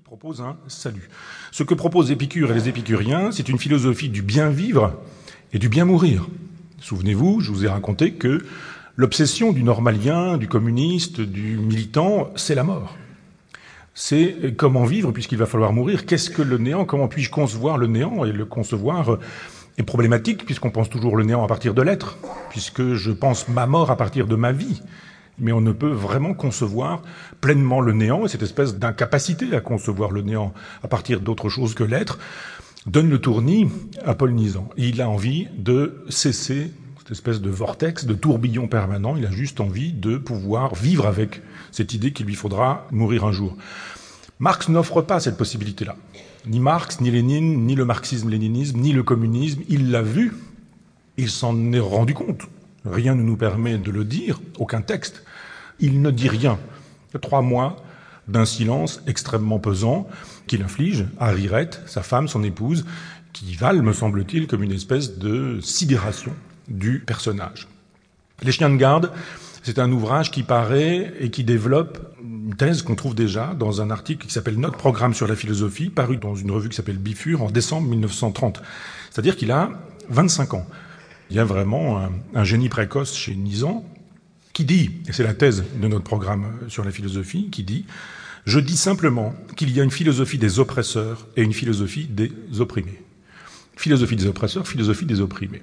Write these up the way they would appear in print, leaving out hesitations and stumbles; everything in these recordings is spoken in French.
propose un salut. Ce que proposent Épicure et les épicuriens, c'est une philosophie du bien vivre et du bien mourir. Souvenez-vous, je vous ai raconté que l'obsession du normalien, du communiste, du militant, c'est la mort. C'est comment vivre puisqu'il va falloir mourir. Qu'est-ce que le néant? Comment puis-je concevoir le néant? Et le concevoir est problématique puisqu'on pense toujours le néant à partir de l'être, puisque je pense ma mort à partir de ma vie. Mais on ne peut vraiment concevoir pleinement le néant, et cette espèce d'incapacité à concevoir le néant à partir d'autre chose que l'être donne le tournis à Paul Nizan. Il a envie de cesser cette espèce de vortex, de tourbillon permanent. Il a juste envie de pouvoir vivre avec cette idée qu'il lui faudra mourir un jour. Marx n'offre pas cette possibilité-là. Ni Marx, ni Lénine, ni le marxisme-léninisme, ni le communisme. Il l'a vu, il s'en est rendu compte. Rien ne nous permet de le dire, aucun texte. Il ne dit rien. 3 mois d'un silence extrêmement pesant qu'il inflige à Rirette, sa femme, son épouse, qui valent, me semble-t-il, comme une espèce de sidération du personnage. Les chiens de garde, c'est un ouvrage qui paraît et qui développe une thèse qu'on trouve déjà dans un article qui s'appelle « Notre programme sur la philosophie », paru dans une revue qui s'appelle Bifur en décembre 1930. C'est-à-dire qu'il a 25 ans. Il y a vraiment un génie précoce chez Nizan qui dit, et c'est la thèse de notre programme sur la philosophie, qui dit « Je dis simplement qu'il y a une philosophie des oppresseurs et une philosophie des opprimés. » Philosophie des oppresseurs, philosophie des opprimés.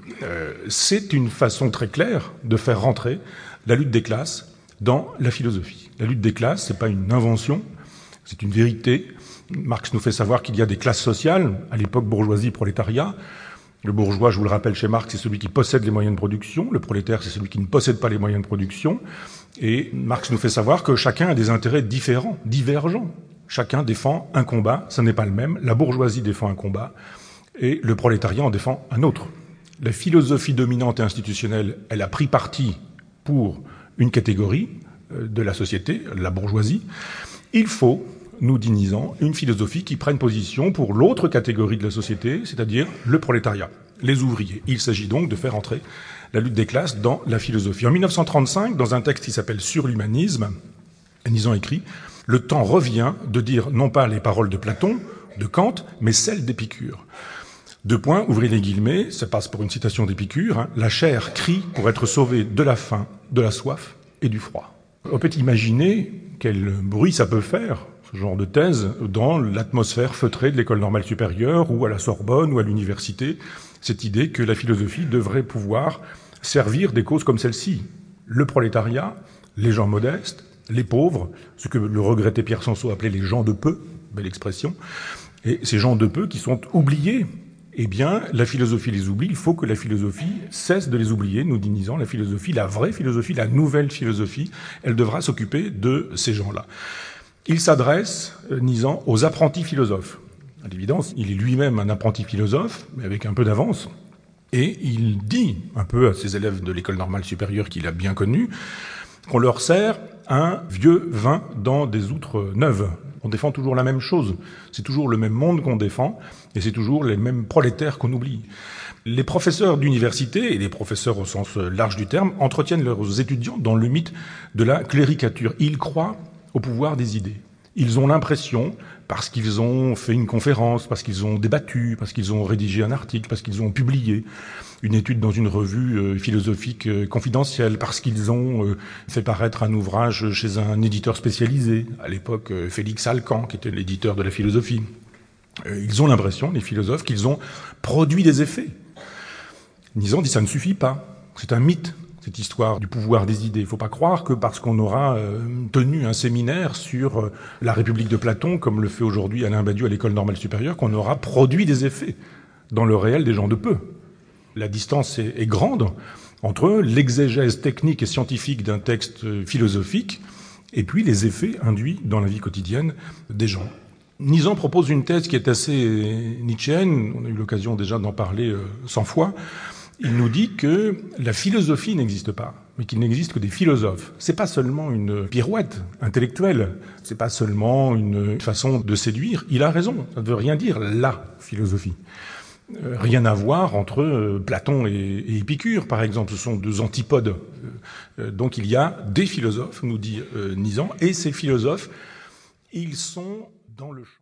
C'est une façon très claire de faire rentrer la lutte des classes dans la philosophie. La lutte des classes, c'est pas une invention, c'est une vérité. Marx nous fait savoir qu'il y a des classes sociales, à l'époque bourgeoisie, prolétariat. Le bourgeois, je vous le rappelle, chez Marx, c'est celui qui possède les moyens de production. Le prolétaire, c'est celui qui ne possède pas les moyens de production. Et Marx nous fait savoir que chacun a des intérêts différents, divergents. Chacun défend un combat, ça n'est pas le même. La bourgeoisie défend un combat et le prolétariat en défend un autre. La philosophie dominante et institutionnelle, elle a pris parti pour une catégorie de la société, la bourgeoisie. Il faut, nous dit Nizan, une philosophie qui prenne position pour l'autre catégorie de la société, c'est-à-dire le prolétariat, les ouvriers. Il s'agit donc de faire entrer la lutte des classes dans la philosophie. En 1935, dans un texte qui s'appelle « Sur l'humanisme », Nizan écrit « Le temps revient de dire non pas les paroles de Platon, de Kant, mais celles d'Épicure. » Deux points, ouvrez les guillemets, ça passe pour une citation d'Épicure, « La chair crie pour être sauvée de la faim, de la soif et du froid. » On peut imaginer quel bruit ça peut faire, ce genre de thèse, dans l'atmosphère feutrée de l'école normale supérieure ou à la Sorbonne ou à l'université, cette idée que la philosophie devrait pouvoir servir des causes comme celle-ci. Le prolétariat, les gens modestes, les pauvres, ce que le regretté Pierre Sanso appelait les gens de peu, belle expression, et ces gens de peu qui sont oubliés. Eh bien, la philosophie les oublie, il faut que la philosophie cesse de les oublier, nous dit Nizan, la philosophie, la vraie philosophie, la nouvelle philosophie, elle devra s'occuper de ces gens-là. Il s'adresse, Nizan, aux apprentis philosophes. À l'évidence, il est lui-même un apprenti philosophe, mais avec un peu d'avance, et il dit un peu à ses élèves de l'école normale supérieure qu'il a bien connus, qu'on leur sert un vieux vin dans des outres neuves. On défend toujours la même chose. C'est toujours le même monde qu'on défend, et c'est toujours les mêmes prolétaires qu'on oublie. Les professeurs d'université, et les professeurs au sens large du terme, entretiennent leurs étudiants dans le mythe de la cléricature. Ils croient au pouvoir des idées. Ils ont l'impression, parce qu'ils ont fait une conférence, parce qu'ils ont débattu, parce qu'ils ont rédigé un article, parce qu'ils ont publié une étude dans une revue philosophique confidentielle, parce qu'ils ont fait paraître un ouvrage chez un éditeur spécialisé, à l'époque Félix Alcan, qui était l'éditeur de la philosophie. Ils ont l'impression, les philosophes, qu'ils ont produit des effets. Nizan dit ça ne suffit pas, c'est un mythe. Cette histoire du pouvoir des idées. Il ne faut pas croire que parce qu'on aura tenu un séminaire sur la République de Platon, comme le fait aujourd'hui Alain Badiou à l'École normale supérieure, qu'on aura produit des effets dans le réel des gens de peu. La distance est grande entre l'exégèse technique et scientifique d'un texte philosophique et puis les effets induits dans la vie quotidienne des gens. Nizan propose une thèse qui est assez nietzschéenne, on a eu l'occasion déjà d'en parler 100 fois. Il nous dit que la philosophie n'existe pas, mais qu'il n'existe que des philosophes. C'est pas seulement une pirouette intellectuelle, c'est pas seulement une façon de séduire. Il a raison, ça ne veut rien dire, la philosophie. Rien à voir entre Platon et Épicure, par exemple. Ce sont deux antipodes. Donc il y a des philosophes, nous dit Nizan, et ces philosophes, ils sont dans le champ.